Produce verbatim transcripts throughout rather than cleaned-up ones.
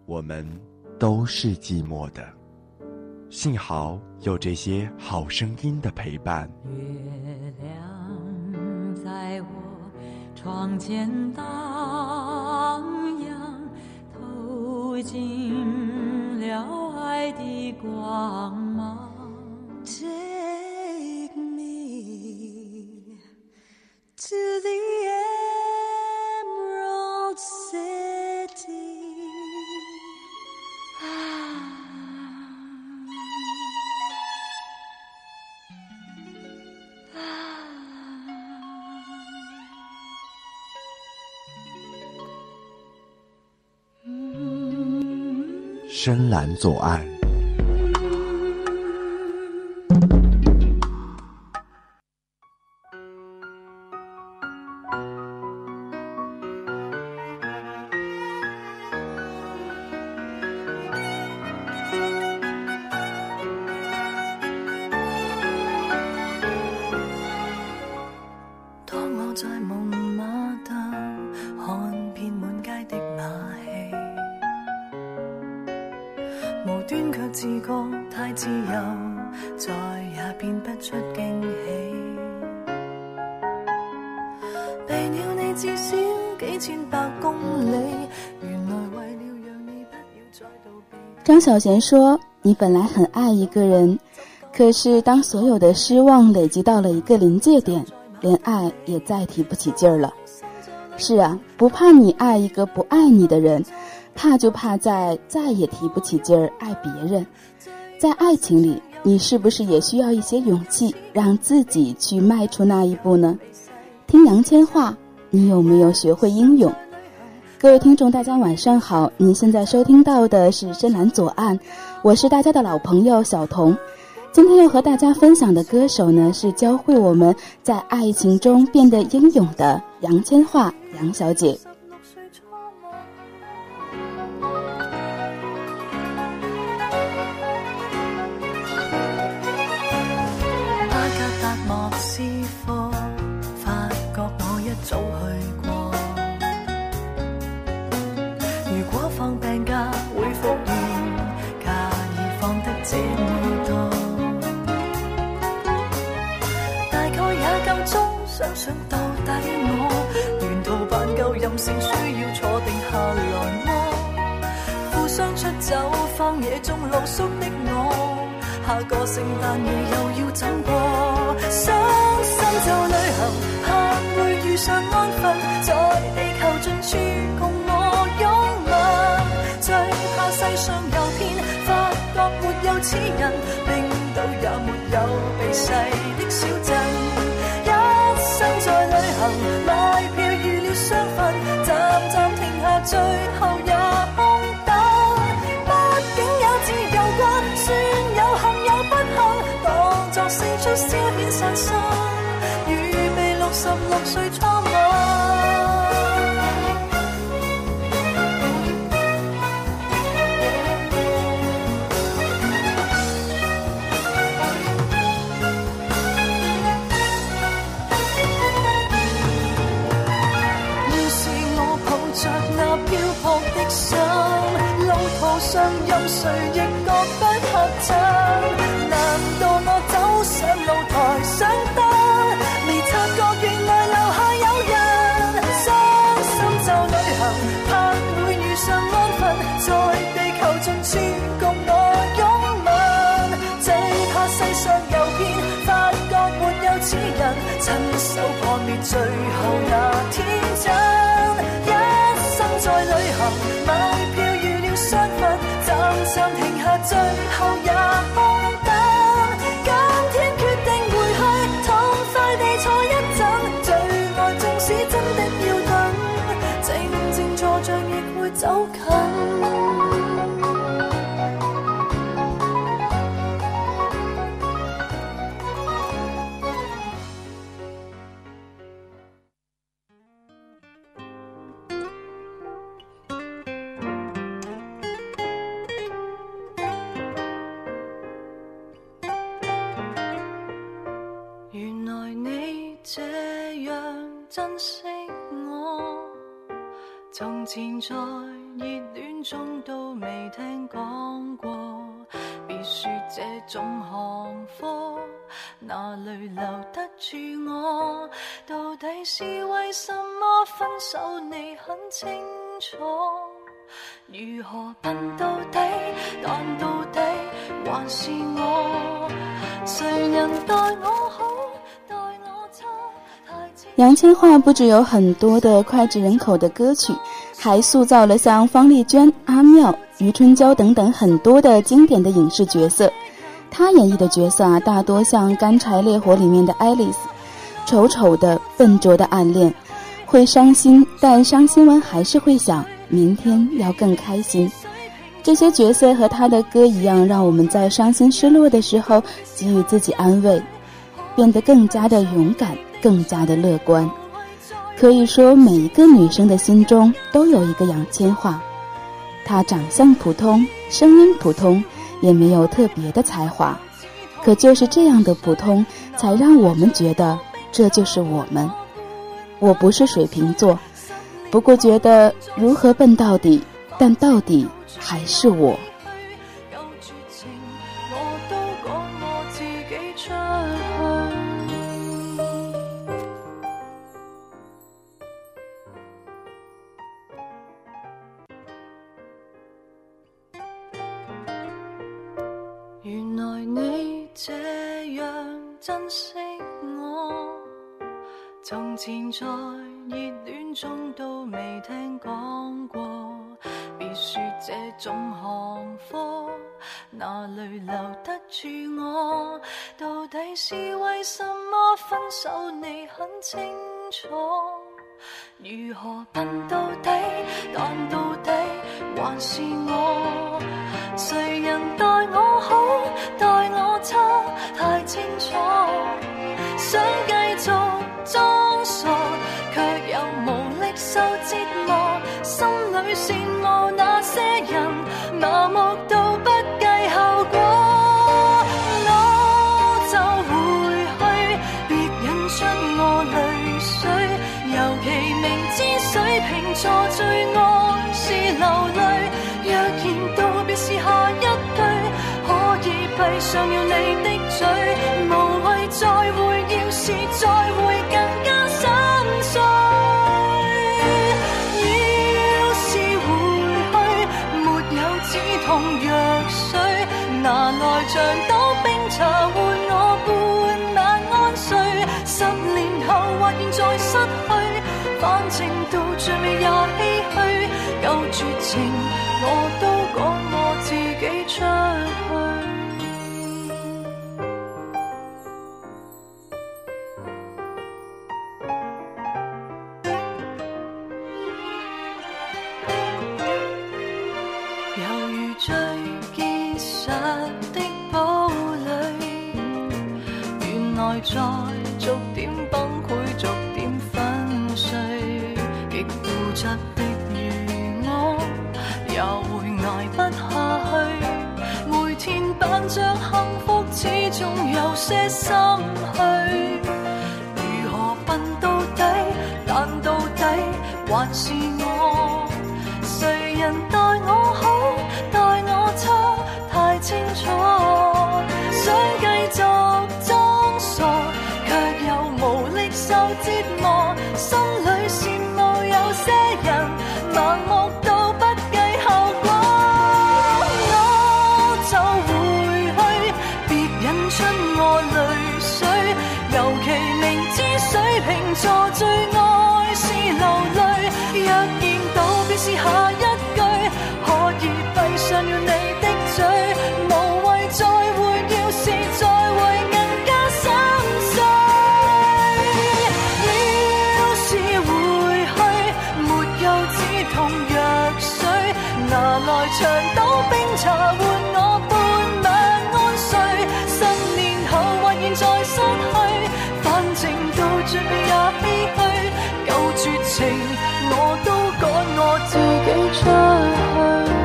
我们都是寂寞的，幸好有这些好声音的陪伴。 月亮在我窗前荡漾，透进了爱的光芒。 Take me to the Emerald City. Ah. 深蓝左岸。 张小娴说，你本来很爱一个人，可是当所有的失望累积到了一个临界点，连爱也再提不起劲儿了。是啊，不怕你爱一个不爱你的人，怕就怕在再也提不起劲儿爱别人。在爱情里，你是不是也需要一些勇气，让自己去迈出那一步呢？听杨千嬅，你有没有学会英勇？各位听众大家晚上好，您现在收听到的是深蓝左岸，我是大家的老朋友小童。今天要和大家分享的歌手呢，是教会我们在爱情中变得英勇的杨千嬅杨小姐。 巴格達莫斯科，發覺我一早去過。如果放病假會復原，假已放得這麼多，大概也夠鐘想想到底我沿途扮夠任性，需要坐定下來麼？負傷出走荒野中露宿的我，下個聖誕夜又要怎過？傷心就旅行，盼會遇上安分，在地球盡處共我擁吻。最怕世上有遍，發覺沒有此人，冰島也沒有避世的小鎮。一生在旅行，買票預了雙份，站站停下，最後也空等。畢竟有自由過，算有幸有不幸，當作四出消遣散心，預備六十六歲初吻。上任誰亦覺得合襯，難道我走上露台想燈，未察覺原來樓下有人。傷心就旅行，盼會遇上安分，在地球盡處共我擁吻。最怕世上有遍，發覺沒有此人，親手破滅最後那天真。一生在旅行，買票預了雙份，站站停下，最後也空等。今天決定回去，痛快地坐一陣，最愛縱使真的要等，靜靜坐着亦會走近。原來你這樣珍惜我，從前在熱戀中都未聽講過，別說這種行貨哪裏留得住我，到底是為什麼分手你很清楚，如何笨到底，但到底還是我，誰人待我好待我差。 杨千嬅不只有很多的脍炙人口的歌曲，还塑造了像方丽娟、阿妙、余春娇等等很多的经典的影视角色。她演绎的角色啊，大多像《干柴烈火》里面的爱丽丝，丑丑的、笨拙的暗恋，会伤心，但伤心完还是会想明天要更开心。这些角色和她的歌一样，让我们在伤心失落的时候给予自己安慰，变得更加的勇敢，更加的乐观。可以说每一个女生的心中都有一个杨千嬅，她长相普通，声音普通，也没有特别的才华，可就是这样的普通，才让我们觉得这就是我们。我不是水瓶座，不过觉得如何笨到底，但到底还是我。 原來你這樣珍惜我，從前在熱戀中都未聽講過，別說這種行貨哪裏留得住我，到底是為什麼分手你很清楚，如何笨到底，但到底還是我，誰人待我好待我差太清楚，想繼續裝傻卻又無力受折磨，心裏羨慕那些人麻木到不計後果，我就回去別引出我淚水，尤其明知水瓶座最愛是流淚，若然道別是下一句，可以閉上了你的嘴，無謂再會，要是再會更加心碎，要是回去沒有止痛藥水，拿來像倒冰茶換我半晚安睡，十年後或現在失去，反正到最尾也唏噓，夠絕情我都趕我自己出去。猶如最結實的堡壘，原來在逐點崩潰，逐點粉碎，極固執的如我也會捱不下去，每天扮着幸福，始終有些心虛，如何笨到底，但到底還是我，誰人待我好待我差太清楚，想繼續裝傻卻又無力受折磨，心裏羨慕有些人盲目到不計後果，我就回去別引出我淚水，尤其明知水瓶座最愛是流淚，若見到別是下一句，可以閉上了你的嘴，無謂再會，要是再會更加心碎，要是回去沒有止痛藥水，拿來長島冰茶換我半晚安睡，十年後或現在失去，反正到最尾也唏噓，夠絕情我都趕我自己出去。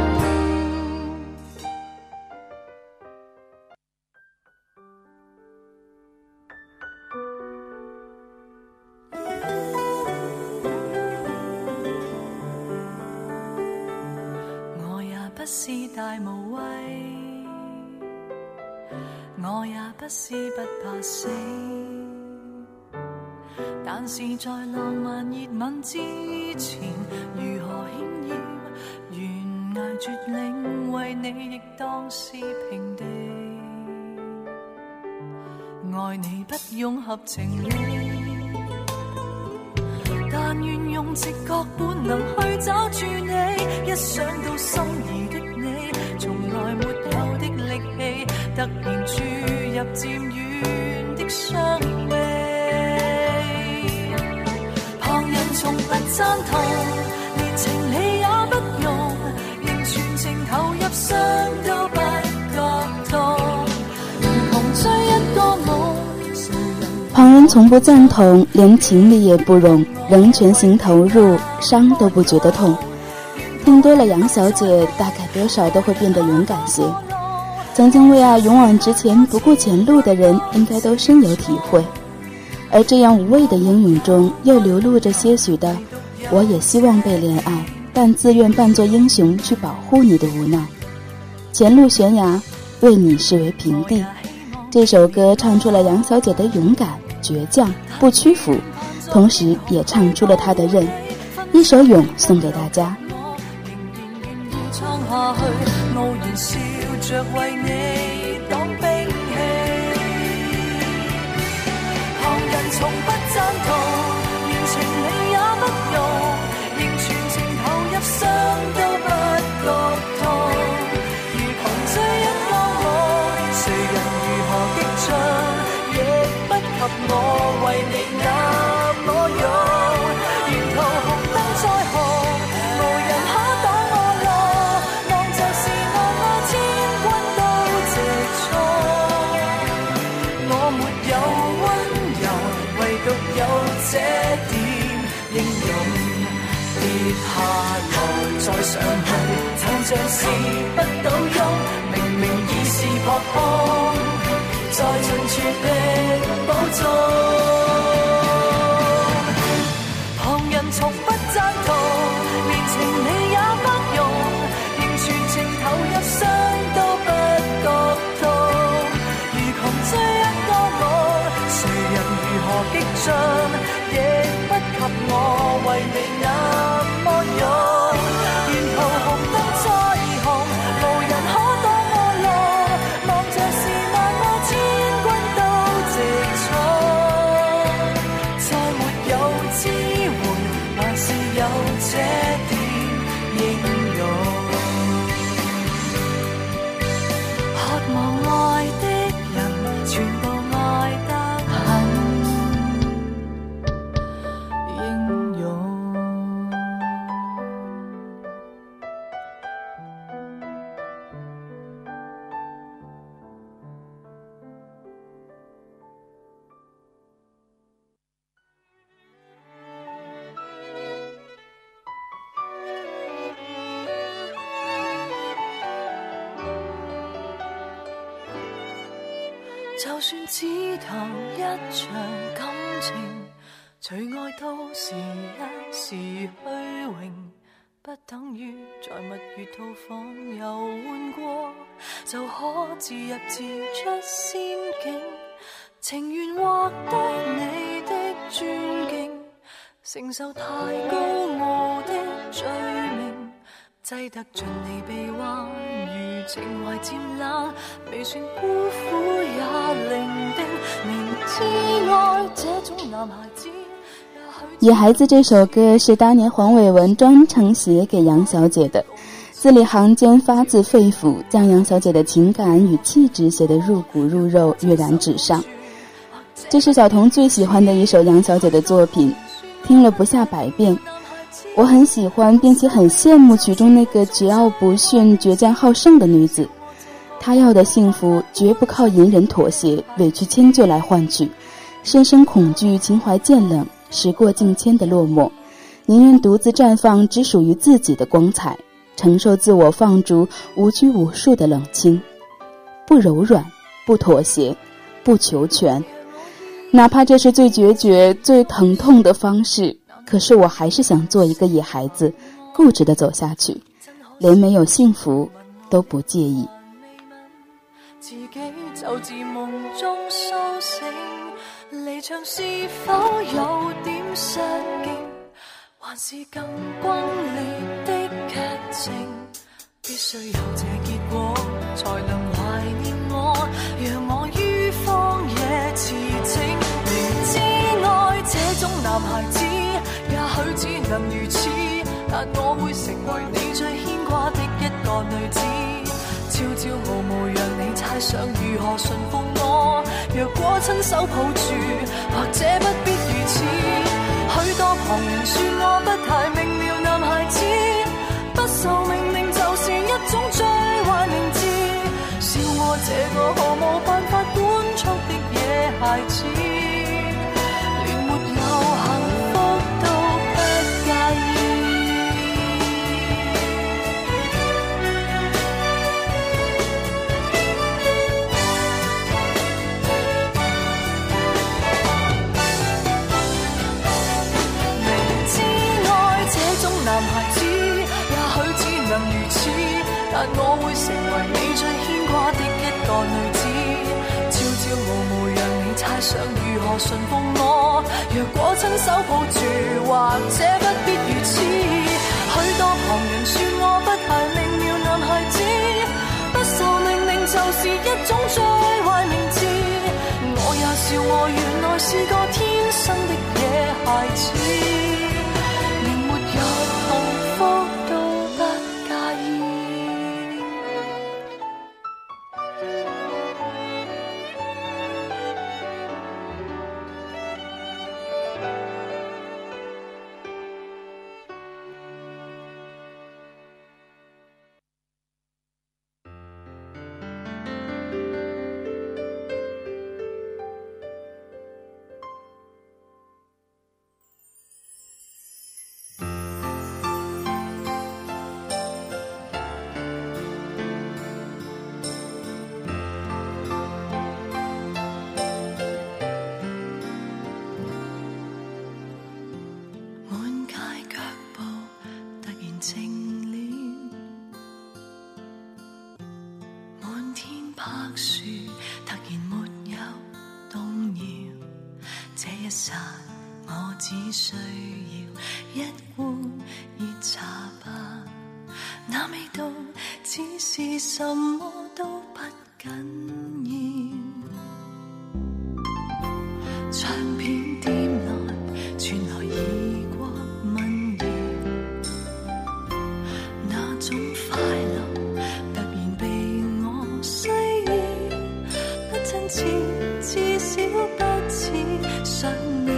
是大無畏，我也不是不怕死，但是在浪漫熱吻之前，如何險要懸崖絕嶺，為你亦當是平地。愛你不用合情理，但願用直覺本能去找住你。一想到心儀的你，從來沒有的力氣，突然注入漸遠的傷悲。旁人從不贊同，連情理也不用，仍全情投入，傷都不覺痛，如同追一個夢。 旁人從不贊同，連情理也不容，仍全心投入，傷都不覺得痛。聽多了楊小姐，大概多少都會變得勇敢些。曾經為愛勇往直前不顧前路的人，應該都深有體會。而這樣無畏的英勇中，又流露着些許的我也希望被憐愛，但自願扮作英雄去保護你的無奈。前路懸崖，為你視為平地。這首歌唱出了楊小姐的勇敢、倔強、不屈服，同時也唱出了她的韌。一首勇送給大家。 下去，傲然笑着為你擋兵器，旁人從不贊同，連情理也不用，仍全情投入，傷都不覺痛，如狂追一個我，誰人如何激進，亦不及我為你那麼勇，沿途紅燈再紅，無人可擋我路。這點英勇，跌下來再上去，就像是不倒翁，明明已是撲空，再盡全力保重。旁人從不贊同，連情理也不用，仍全情投入，傷都不覺痛，如狂追一個我，誰人如何激進，亦不及我為你那麼勇，沿途紅燈再紅，無人可擋我路，望着是那麼千軍都直衝，再沒有支援，還是有這點英勇，渴望愛的人全部愛得很就算只談一場感情，隨愛都是一時虛榮，不等於在蜜月套房遊玩過，就可自入自出仙境，情願獲得你的尊敬，承受太高傲的罪名，擠得盡你臂彎，如情懷漸冷，未算孤苦也伶仃，明知愛這種男孩子。 野孩子這首歌是當年黃偉文專程寫給楊小姐的，字裡行間發自肺腑，將楊小姐的情感與氣質寫得入骨入肉，躍然紙上。這是小童最喜歡的一首楊小姐的作品，聽了不下百遍。我很喜歡並且很羨慕曲中那個桀驁不馴、倔強好勝的女子，她要的幸福絕不靠隱忍妥協、委屈遷就來換取，深深恐懼、情懷漸冷、時過境遷的落寞，寧願獨自綻放只屬於自己的光彩，承受自我放逐、無拘無束的冷清，不柔軟，不妥協，不求全，哪怕這是最決絕、最疼痛的方式，可是我還是想做一個野孩子，固執地走下去，連沒有幸福都不介意。 自己就自夢中甦醒，離場是否有點失敬，還是更轟烈的劇情？必須有這結果，才能懷念我，讓我於荒野馳騁。明知愛這種男孩子，也許只能如此，但我會成為你最牽掛的一個女子。朝朝暮暮讓你猜想如何馴服我，若果親手抱住，或者不必如此。許多旁人說我不太明了男孩子，不受命令就是一種最壞名字，笑我這個毫無辦法管束的野孩子，連沒有幸福都不介意。男孩子也許只能如此，但我會成為你最牽掛的一個女子。朝朝暮暮讓你猜想如何馴服我，若果親手抱住，或者不必如此。許多旁人說我不太明了男孩子，不受命令就是一種最壞名字。我也笑我原來是個天生的野孩子。只需要一碗熱茶吧，那味道只是什麼都不緊要。唱片店內傳來異國民謠，那種快樂突然被我需要，不親切，至少不似想你。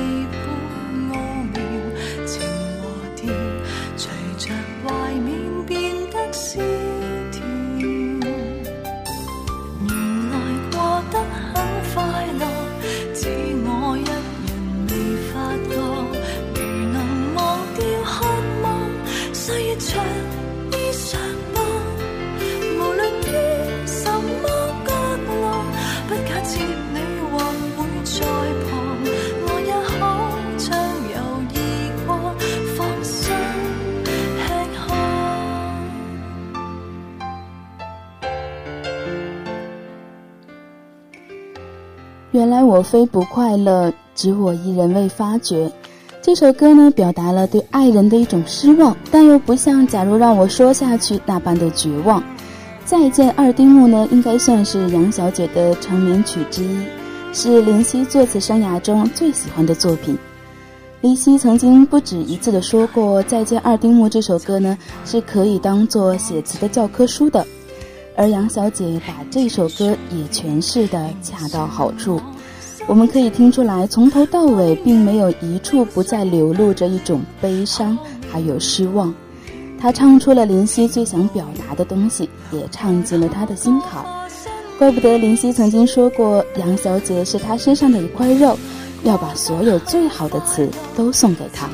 原来我非不快乐，只我一人未发觉。这首歌呢，表达了对爱人的一种失望，但又不像假如让我说下去那般的绝望。再见二丁目呢，应该算是杨小姐的成名曲之一，是林夕作词生涯中最喜欢的作品。林夕曾经不止一次地说过，再见二丁目这首歌呢，是可以当作写词的教科书的。而杨小姐把这首歌也诠释得恰到好处，我们可以听出来，从头到尾并没有一处不再流露着一种悲伤还有失望。她唱出了林夕最想表达的东西，也唱进了她的心坎。怪不得林夕曾经说过，杨小姐是她身上的一块肉，要把所有最好的词都送给她。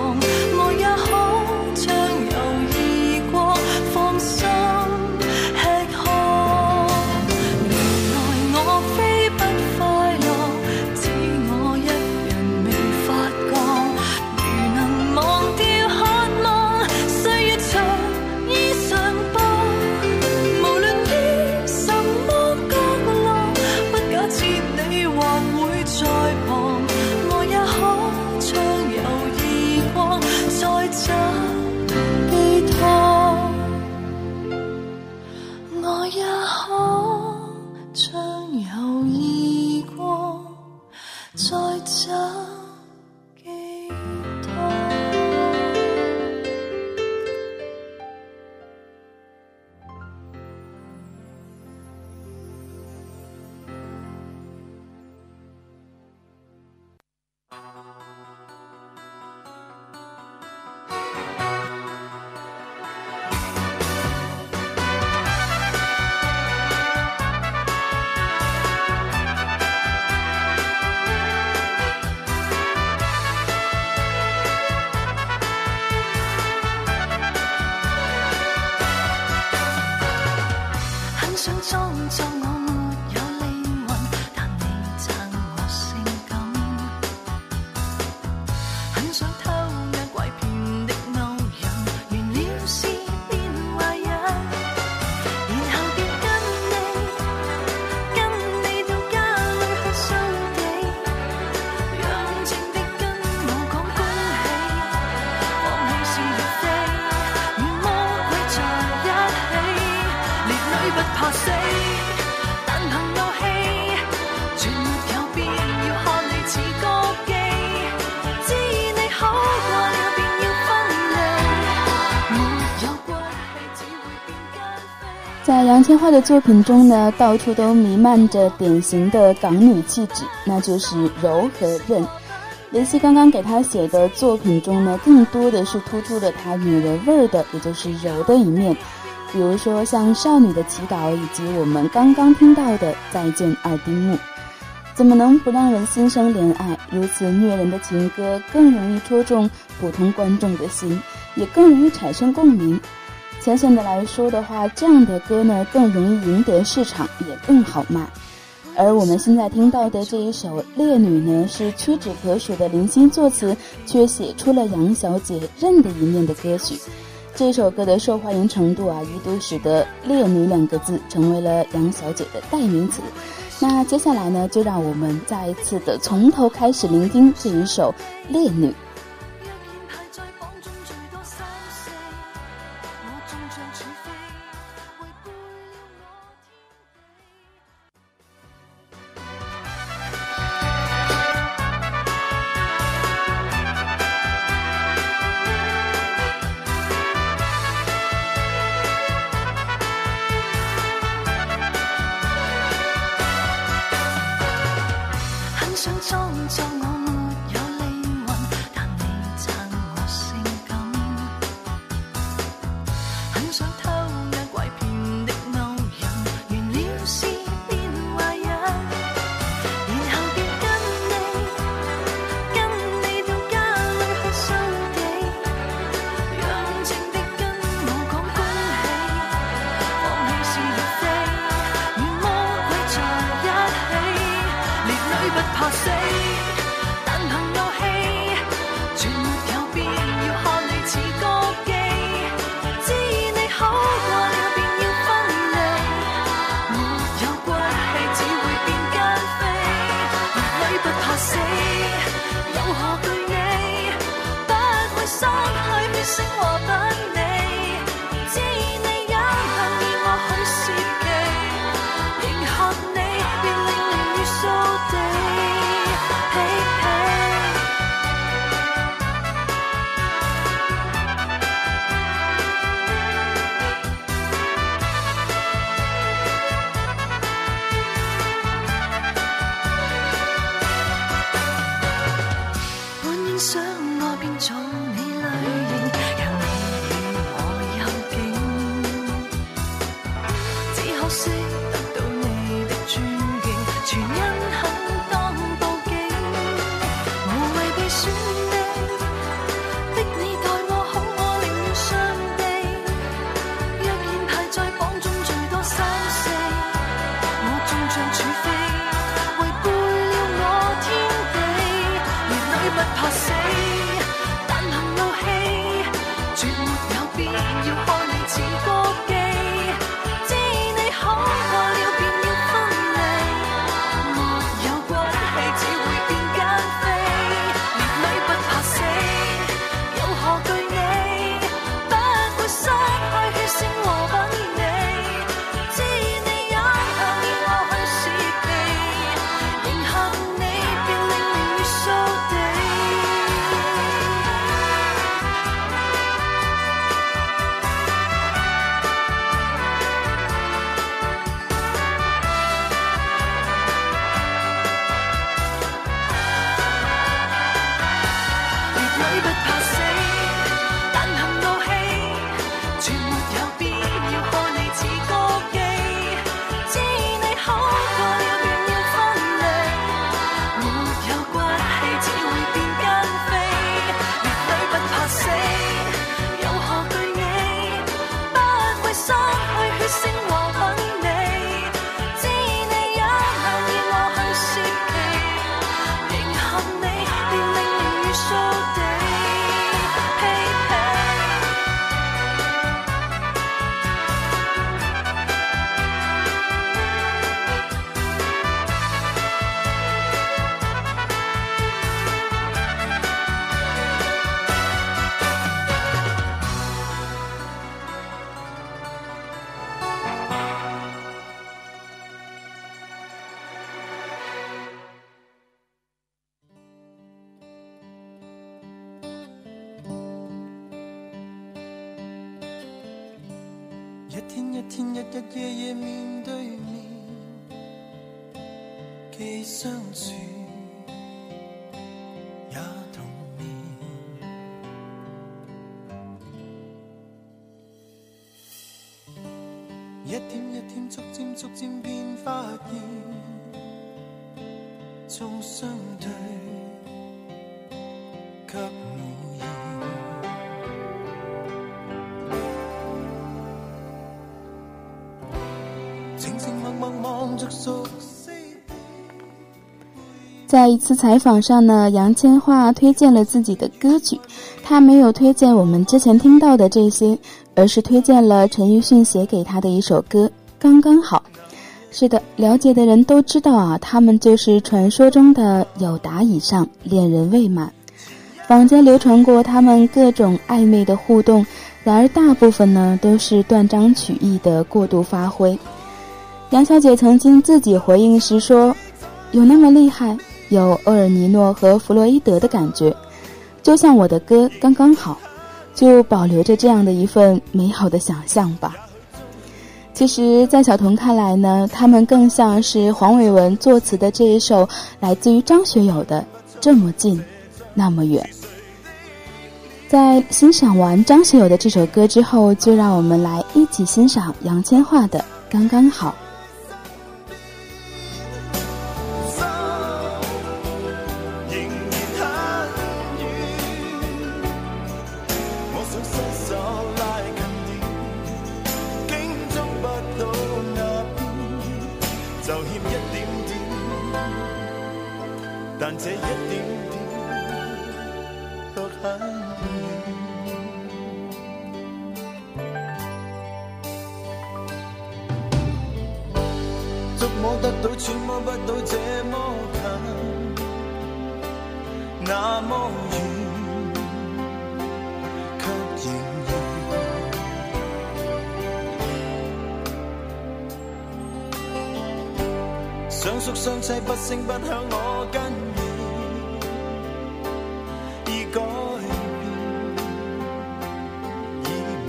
我也可將有異國放心吃也可將友誼過再找寄託。想裝作我沒有靈魂，但你撐我性感，很想偷眼拐騙的路人，完了事變壞人，然後便跟你跟你到家裏去掃地，讓靜的跟我講恭喜，放棄是與非，與魔鬼在一起，烈女不怕死，但憑遊戲，絕沒有必要看你似歌姬，知你好過了便要分離，沒有關係只會變奸妃。 在楊千嬅的作品中呢，到處都彌漫着典型的港女氣質，那就是柔和韌。雷希剛剛給她寫的作品中呢，更多的是突出了她女人味的，也就是柔的一面。比如說像少女的祈禱，以及我們剛剛聽到的再見二丁目，怎麼能不讓人心生憐愛？如此虐人的情歌更容易戳中普通觀眾的心，也更容易產生共鳴。淺顯的來說的話，這樣的歌呢更容易贏得市場，也更好賣。而我們現在聽到的這一首《烈女》呢，是屈指可數的零星作詞，卻寫出了楊小姐韌的一面的歌曲。這首歌的受歡迎程度啊，一度使得烈女兩個字成為了楊小姐的代名詞。那接下來呢，就讓我們再一次的從頭開始聆聽這一首烈女。 想裝作我沒有靈魂，但你撐我性感，很想偷眼拐騙的路人，完了事變壞人，然後便跟你跟你到家裏去掃地，讓靜的跟我講恭喜，放棄是與非，與魔鬼在一起，烈女不怕死，但憑遊戲，絕沒有必要看你似歌姬，知你好過了便要分離，沒有關係只會變奸妃，烈女不怕死，有何懼你，不會失去血性和品味，知你也能以我許是奇，迎合你便令靈如掃地。想我變做你類型，讓你與我有景，只可惜得到你的尊敬，全因肯當報警，無謂被選定，逼你待我好，我寧願上地，若然排在榜中最多三四，我終將處飛，違背了我天地，烈女不怕死，但憑遊戲，絕沒有必要看你似歌姬，知你好過了便要分離，沒一天一天，日日夜夜面對面，既相處也同眠。一點一點，逐漸逐漸便發現，縱相對卻無言。 在一次采访上呢，杨千嬅推荐了自己的歌曲，她没有推荐我们之前听到的这些，而是推荐了陈奕迅写给她的一首歌《刚刚好》。是的，了解的人都知道啊，他们就是传说中的友达以上，恋人未满。坊间流传过他们各种暧昧的互动，然而大部分呢都是断章取义的过度发挥。杨小姐曾经自己回应时说，有那么厉害，有厄尔尼诺和弗洛伊德的感觉，就像我的歌刚刚好，就保留着这样的一份美好的想象吧。其实在小童看来呢，他们更像是黄伟文作词的这一首来自于张学友的这么近那么远。在欣赏完张学友的这首歌之后，就让我们来一起欣赏杨千嬅的刚刚好。 但這一點點卻很遠，觸摸得到，揣摩不到這麼近，那麼遠，卻仍然相熟相棲，不聲不響，我跟改變已無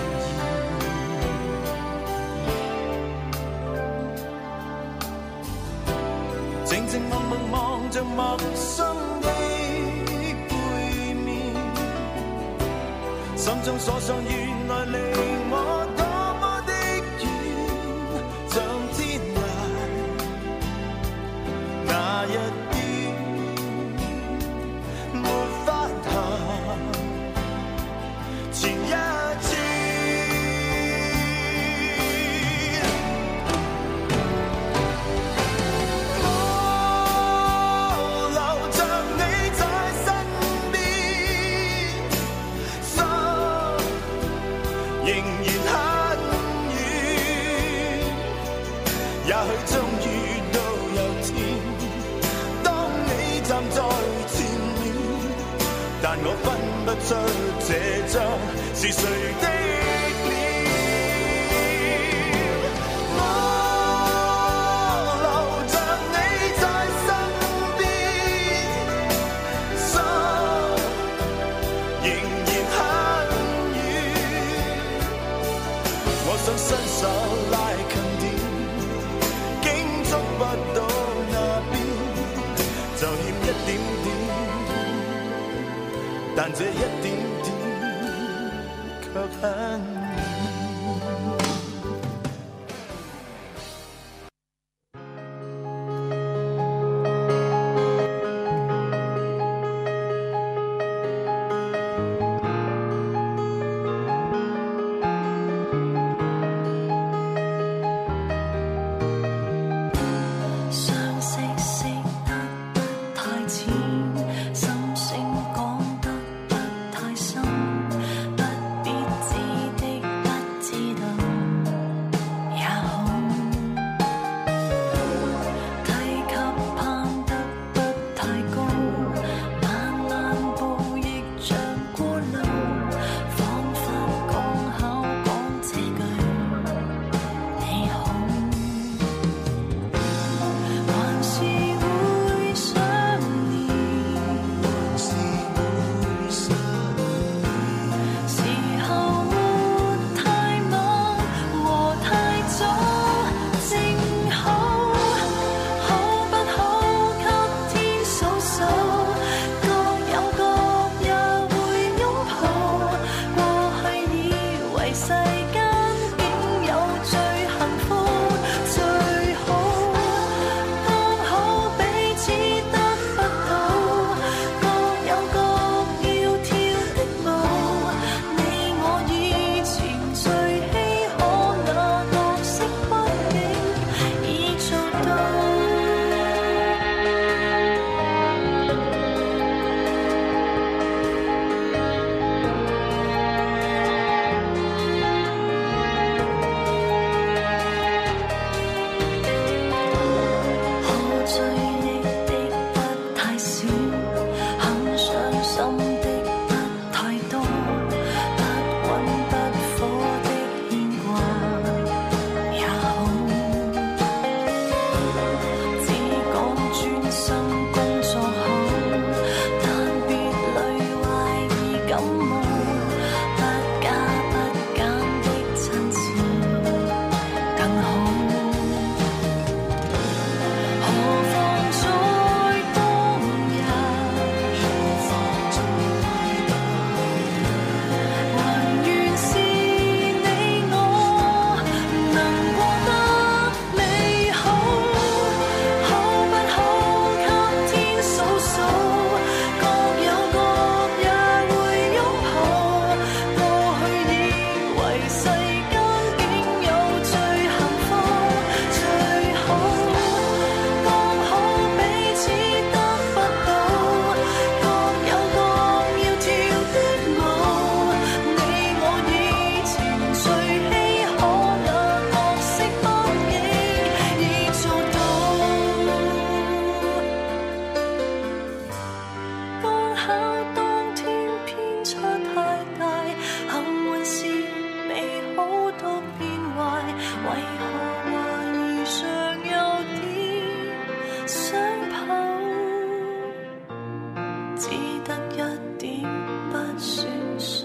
言，靜靜默默望着陌生的背面，心中所想原來離我多麼的遠，像天涯那一但我分不出這張是誰的臉，我留着你在身邊，心仍然很遠，我想伸手拉近點，竟觸不到那邊，就欠一點點，但這一點點卻很遠。 为何怀疑尚有點想跑，只得一點不算數。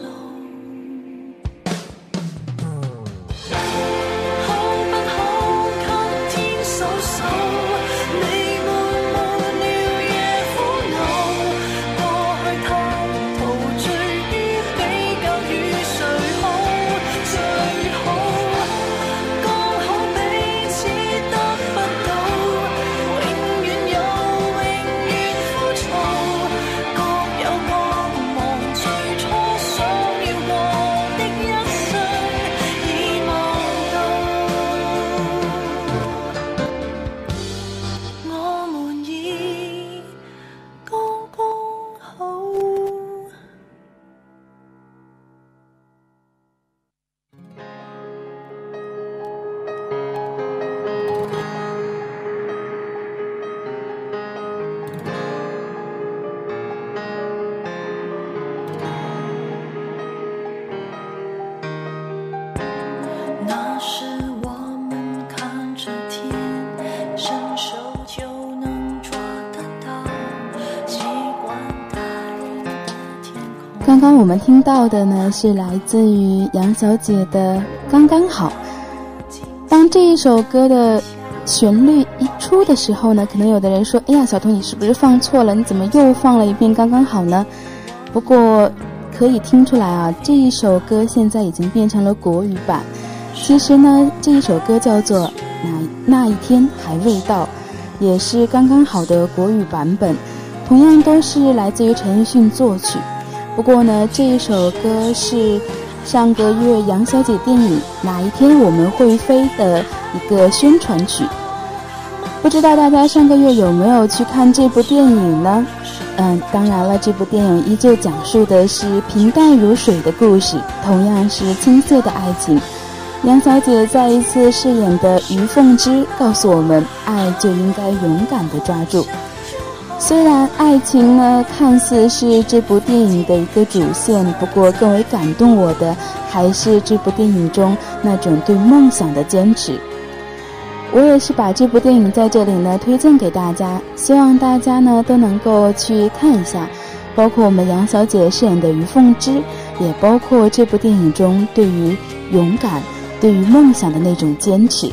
刚刚我们听到的呢，是来自于杨小姐的《刚刚好》。当这一首歌的旋律一出的时候呢，可能有的人说，哎呀，小童你是不是放错了，你怎么又放了一遍《刚刚好》呢？不过可以听出来啊，这一首歌现在已经变成了国语版。其实呢，这一首歌叫做那那一天还未到，也是刚刚好的国语版本，同样都是来自于陈奕迅作曲。不过呢，这一首歌是上个月杨小姐电影《哪一天我们会飞》的一个宣传曲。不知道大家上个月有没有去看这部电影呢？嗯，当然了，这部电影依旧讲述的是平淡如水的故事，同样是青涩的爱情。杨小姐再一次饰演的于凤芝告诉我们，爱就应该勇敢地抓住。虽然爱情呢看似是这部电影的一个主线，不过更为感动我的还是这部电影中那种对梦想的坚持。我也是把这部电影在这里呢推荐给大家，希望大家呢都能够去看一下，包括我们杨小姐饰演的于凤芝，也包括这部电影中对于勇敢、对于梦想的那种坚持。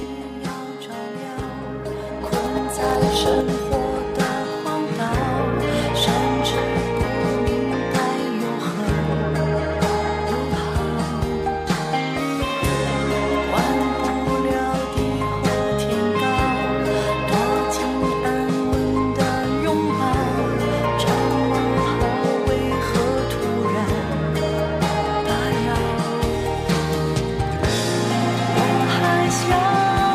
我还想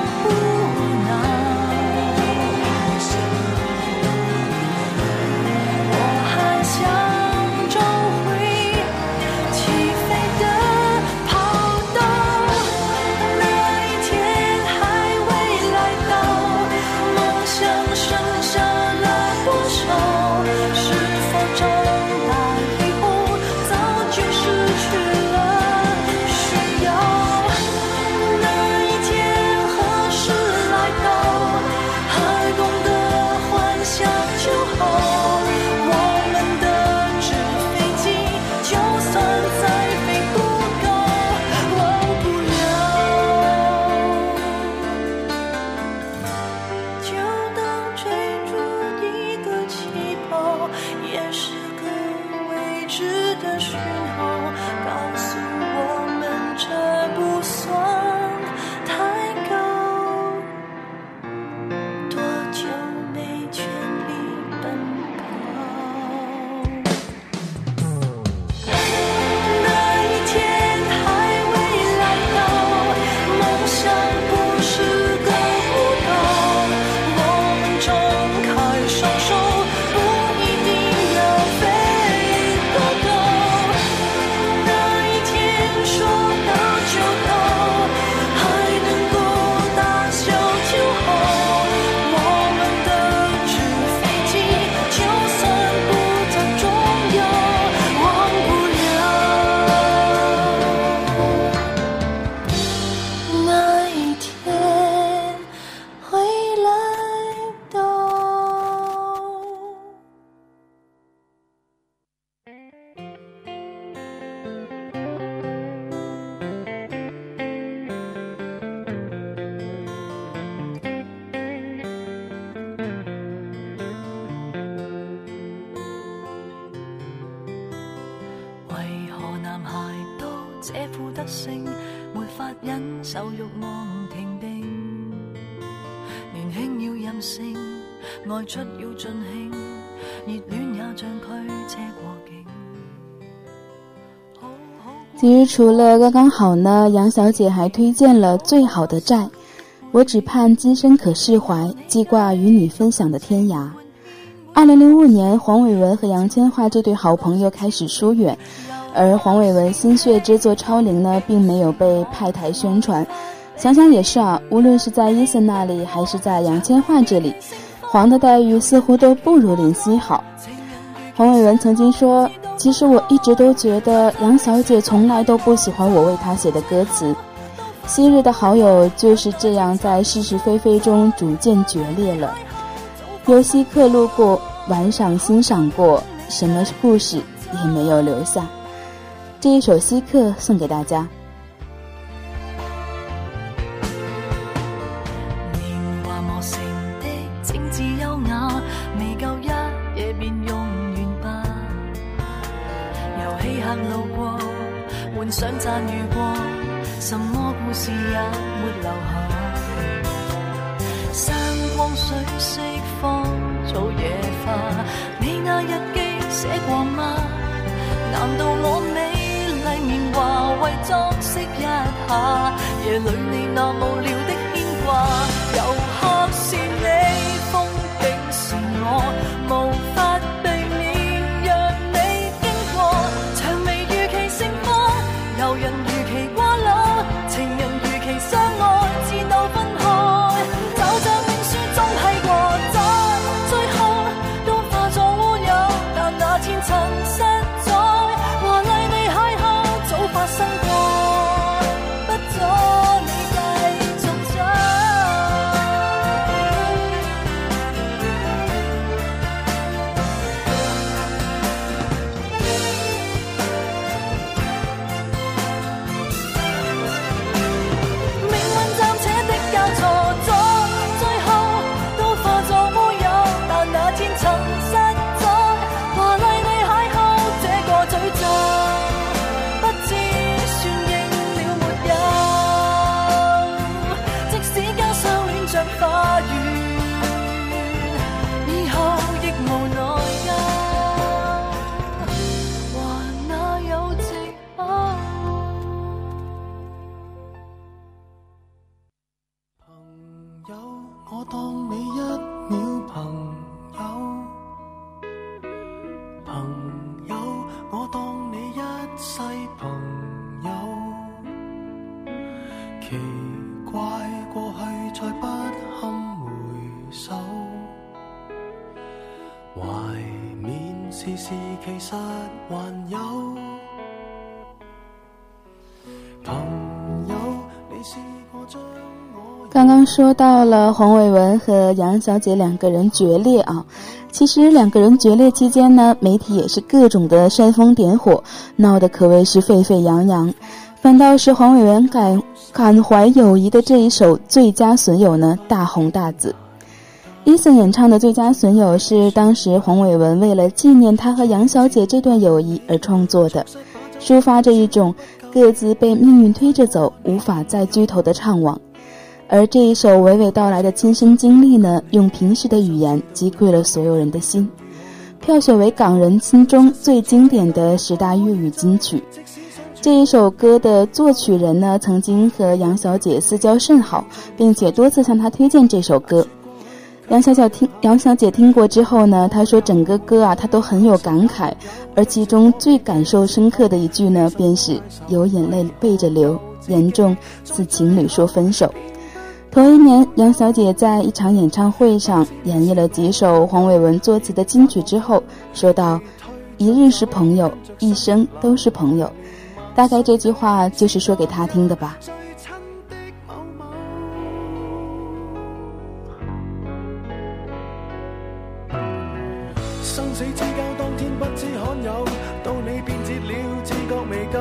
這副德性，沒法忍受慾望停定。年輕要任性，愛出要盡興，熱戀也像驅車過境。 其實除了剛剛好呢，楊小姐還推薦了最好的債，我只盼今生可釋懷，記掛與你分享的天涯。二零零五年，黃偉文和楊千嬅這對好朋友開始疏遠，而黃偉文心血之作《超齡》呢，並沒有被派台宣傳。想想也是啊，無論是在 Eason 那裡，還是在楊千嬅這裡，黃的待遇似乎都不如林夕好。黃偉文曾經說，其實我一直都覺得楊小姐從來都不喜歡我為她寫的歌詞。昔日的好友就是這樣在是是非非中逐漸決裂了。由稀客路過，晚賞欣賞過，什麼故事也沒有留下。這一首稀客送給大家。 年華磨成的精緻優雅，未夠一夜便用完吧。遊戲客路過，幻想讚譽過，什麼故事也沒留下。山光水釋放早野花，你那日記寫過嗎？難道我美麗年華為裝飾一下夜裏你那無聊的牽掛？遊客是你，風景是我，無法避免讓你經過。薔薇如期盛放，遊人如期掛落，情人如期相愛，自動分開。找着命書總係過載，最後都化作烏有，但那天塵實在華麗地邂逅，早發生過，不阻你繼續走。命運暫且的交錯，在最後都化作烏有，但那天塵實在華麗地邂逅這個詛咒，不知算應了沒有。即使家相戀像花園，以後亦無奈憂，還哪有藉口？ 朋友，我當你一秒朋友，朋友，我當你一世朋友。奇怪，過去再不堪回首，懷緬時時其實還有。朋友，你試過將我剛剛說到了黃偉文和楊小姐兩個人決裂啊，其實兩個人決裂期間呢，媒體也是各種的煽風點火，鬧得可謂是沸沸揚揚。反倒是黃偉文感感懷友誼的這一首《最佳損友》呢，大紅大紫。Eason 演唱的《最佳損友》是當時黃偉文為了紀念他和楊小姐這段友誼而創作的，抒發着一種各自被命運推着走，無法再聚頭的悵惘。而這一首娓娓道來的親身經歷呢，用平實的語言擊潰了所有人的心，票選為港人心中最經典的十大粵語金曲。這一首歌的作曲人呢，曾經和楊小姐私交甚好，並且多次向她推薦這首歌。楊小姐聽楊小姐聽過之後呢，她說整個歌啊，她都很有感慨，而其中最感受深刻的一句呢，便是有眼淚背着流，嚴重似情侶說分手。同一年，楊小姐在一場演唱會上演繹了幾首黃偉文作詞的金曲之後，說道：一日是朋友，一生都是朋友。大概這句話就是說給他聽的吧。 生死之交當天不知罕有，到你變節了自覺未夠，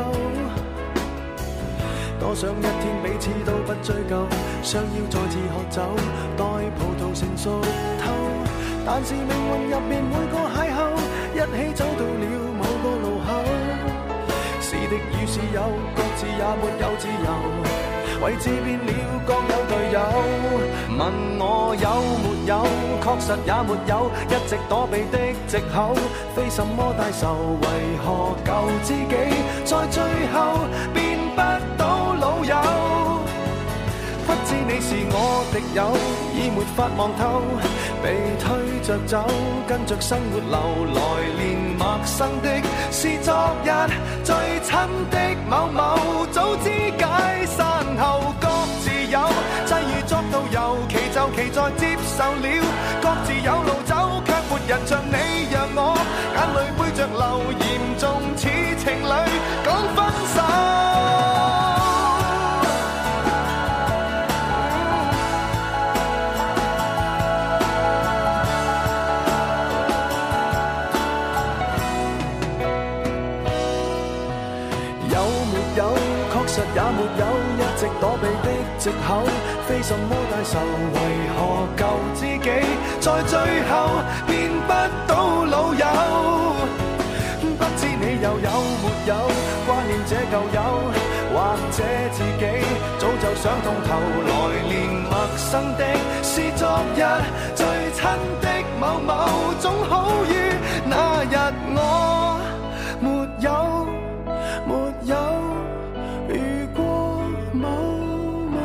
多想一天彼此都不追究，想要再次喝酒，待葡萄成熟透，但是命運入面每個邂逅，一起走到了某個路口，是的與是有，各自也沒有自由，位置變了，各有隊友。問我有沒有，確實也沒有，一直躲避的藉口，非什麼大仇，為何舊知己在最後變不到老友？不知你是我敵友，已沒法望透，被推着走，跟着生活流，來年陌生的是昨日最親的某某，早知解散後各自有，際遇作到尤其就其在接受了，各自有路走，卻沒人像你讓我眼淚背着流，嚴重似情侶講分手。也沒有一直躲避的藉口，非什麼大仇，為何舊知己在最後變不到老友？不知你又有沒有掛念這舊友，或者自己早就想通透，來年陌生的是昨日最親的某某，總好於那日我沒有沒有遇過某某。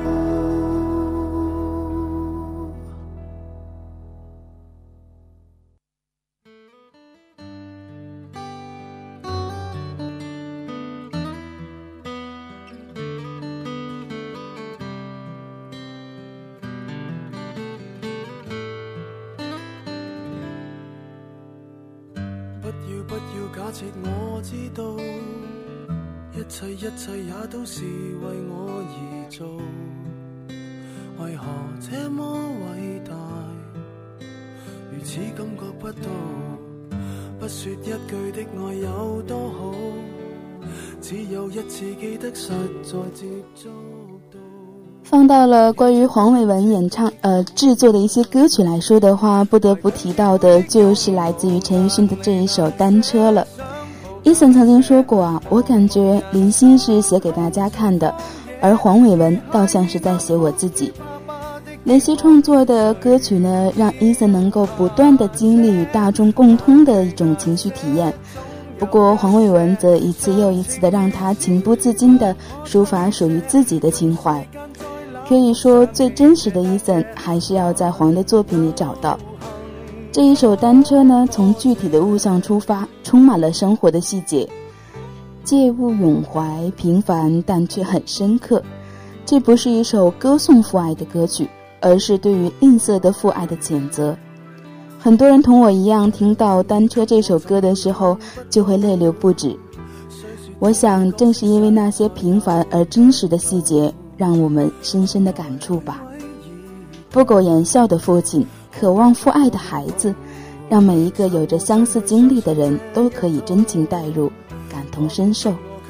不要不要假設我知道，一切一切也都是為我而做，為何這麼偉大，如此感覺不到，不說一句的愛有多好，只有一次記得實在接觸到。 放到了關於黃偉文演唱呃製作的一些歌曲來說的話，不得不提到的就是來自於陳奕迅的這一首《單車》了。Eason 曾經說過啊，我感覺林夕是寫給大家看的，而黃偉文倒像是在寫我自己。林夕創作的歌曲呢，讓 Eason 能夠不斷地經歷與大眾共通的一種情緒體驗。不過黃偉文則一次又一次地讓他情不自禁地抒發屬於自己的情懷。可以說最真實的 Eason 還是要在黃的作品裡找到。這一首單車呢，從具體的物象出發，充滿了生活的細節，借物詠懷，平凡但卻很深刻。這不是一首歌頌父愛的歌曲，而是對於吝嗇的父愛的譴責。很多人同我一樣，聽到單車這首歌的時候就會淚流不止。我想正是因為那些平凡而真實的細節，讓我們深深的感觸吧。不苟言笑的父親，渴望父愛的孩子，讓每一個有着相似經歷的人都可以真情帶入，感同身受。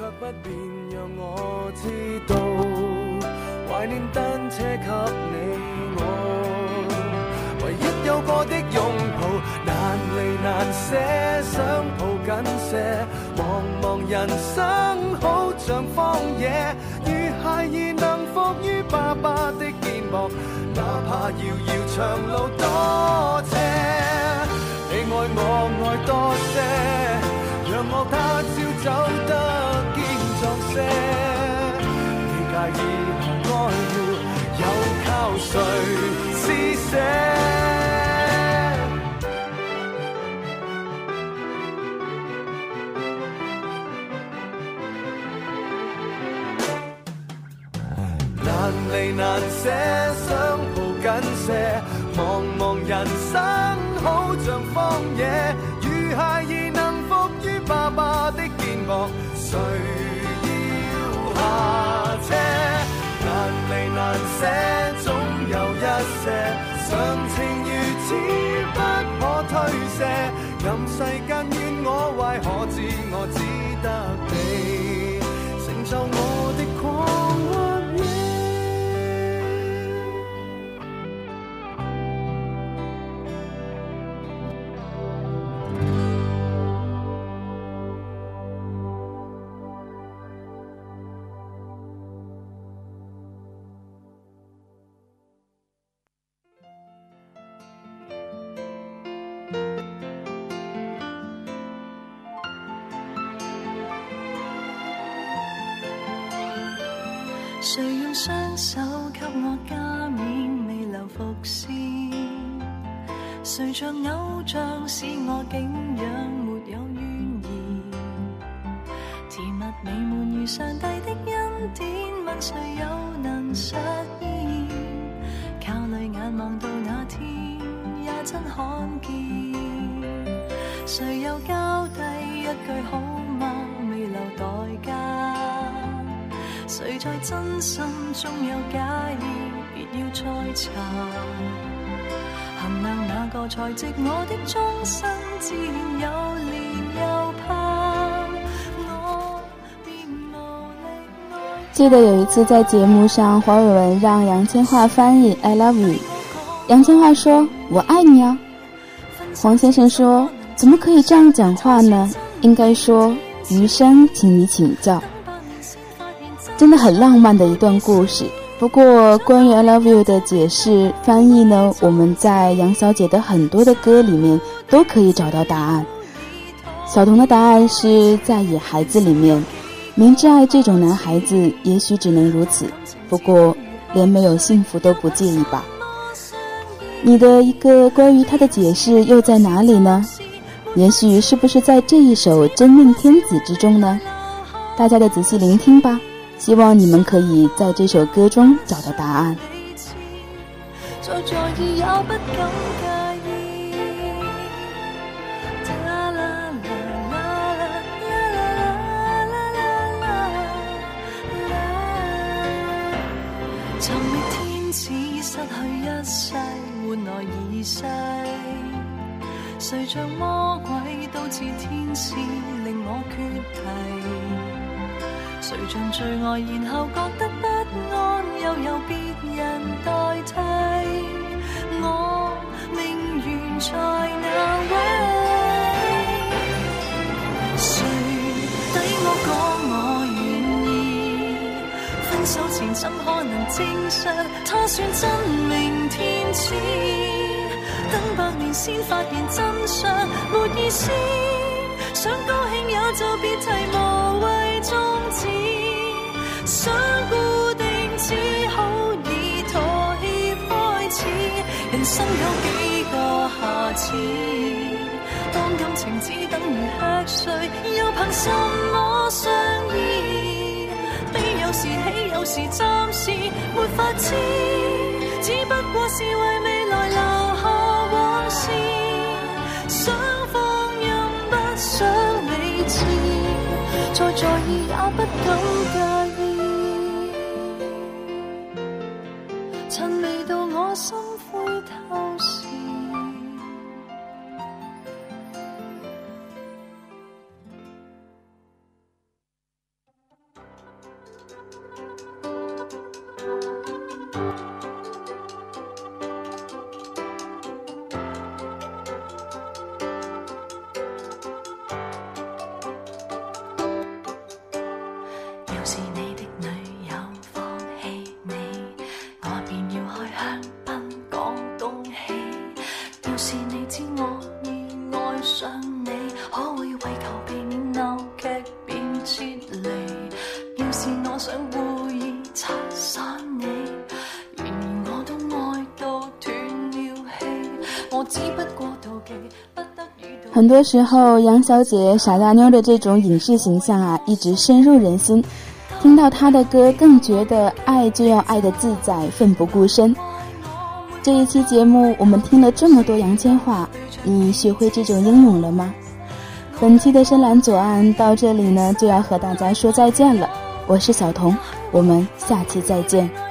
懷念單車給你我，唯一有過的擁抱，難離難捨，想抱緊些。茫茫人生好像荒野，如孩兒能伏於爸爸的肩膊，哪怕遙遙長路多斜，你愛我愛多些，讓我他朝走得堅壯些。你介意我愛沒有靠誰施捨？難離難捨，想抱緊些，茫茫人生好像荒野，如孩兒能伏於爸爸的肩膊，誰要下車？難離難捨，總有一些常情如此不可推卸，任世間怨我壞，可知我只得你成就我的狂妄。 用雙手給我加冕，未留伏線。誰像偶像使我景仰沒有怨言？甜蜜美滿如上帝的恩典，問誰又能實現？靠淚眼望到那天，也真看見。誰又交低一句好嗎？未留代價。誰在真心中有假意？別要再查。衡量哪個才值我的終身？自然又憐又怕。我便無力愛。 記得有一次在節目上，黃偉文讓楊千嬅翻譯 I love you， 楊千嬅說我愛你啊。黃先生說怎麼可以這樣講話呢？應該說餘生請你請教。真的很浪漫的一段故事。不過關於 I love you 的解釋翻譯呢，我們在楊小姐的很多的歌裡面都可以找到答案。小童的答案是在野孩子裡面，明知愛這種男孩子也許只能如此，不過連沒有幸福都不介意吧。你的一個關於他的解釋又在哪裡呢？也許是不是在這一首真命天子之中呢？大家的仔細聆聽吧，希望你們可以在這首歌中找到答案。 再在意也不敢介意。啦啦啦啦啦啦啦啦啦。尋覓天子失去一世，換來二世。誰像魔鬼都似天使，令我缺題。誰像最愛然後覺得不安，又由別人代替。我命懸在那位，誰抵我講我願意？分手前怎可能證實他算真命天子？等百年先發現真相，沒意思。想高興也就別提，無謂終止。想固定只好以妥協開始。人生有幾個下次？當感情只等於吃睡，又憑什麼相依？悲有時喜有時暫時沒法知，只不過是為未來留下往事。想放任不想理智，再在意也不敢介意。趁未到我心灰透時， 很多時候楊小姐傻大妞的這種影視形象啊，一直深入人心，聽到她的歌更覺得愛就要愛得自在，奮不顧身。這一期節目我們聽了這麼多楊千嬅，你學會這種英勇了嗎？本期的深藍左岸到這裡呢就要和大家說再見了，我是小彤，我們下期再見。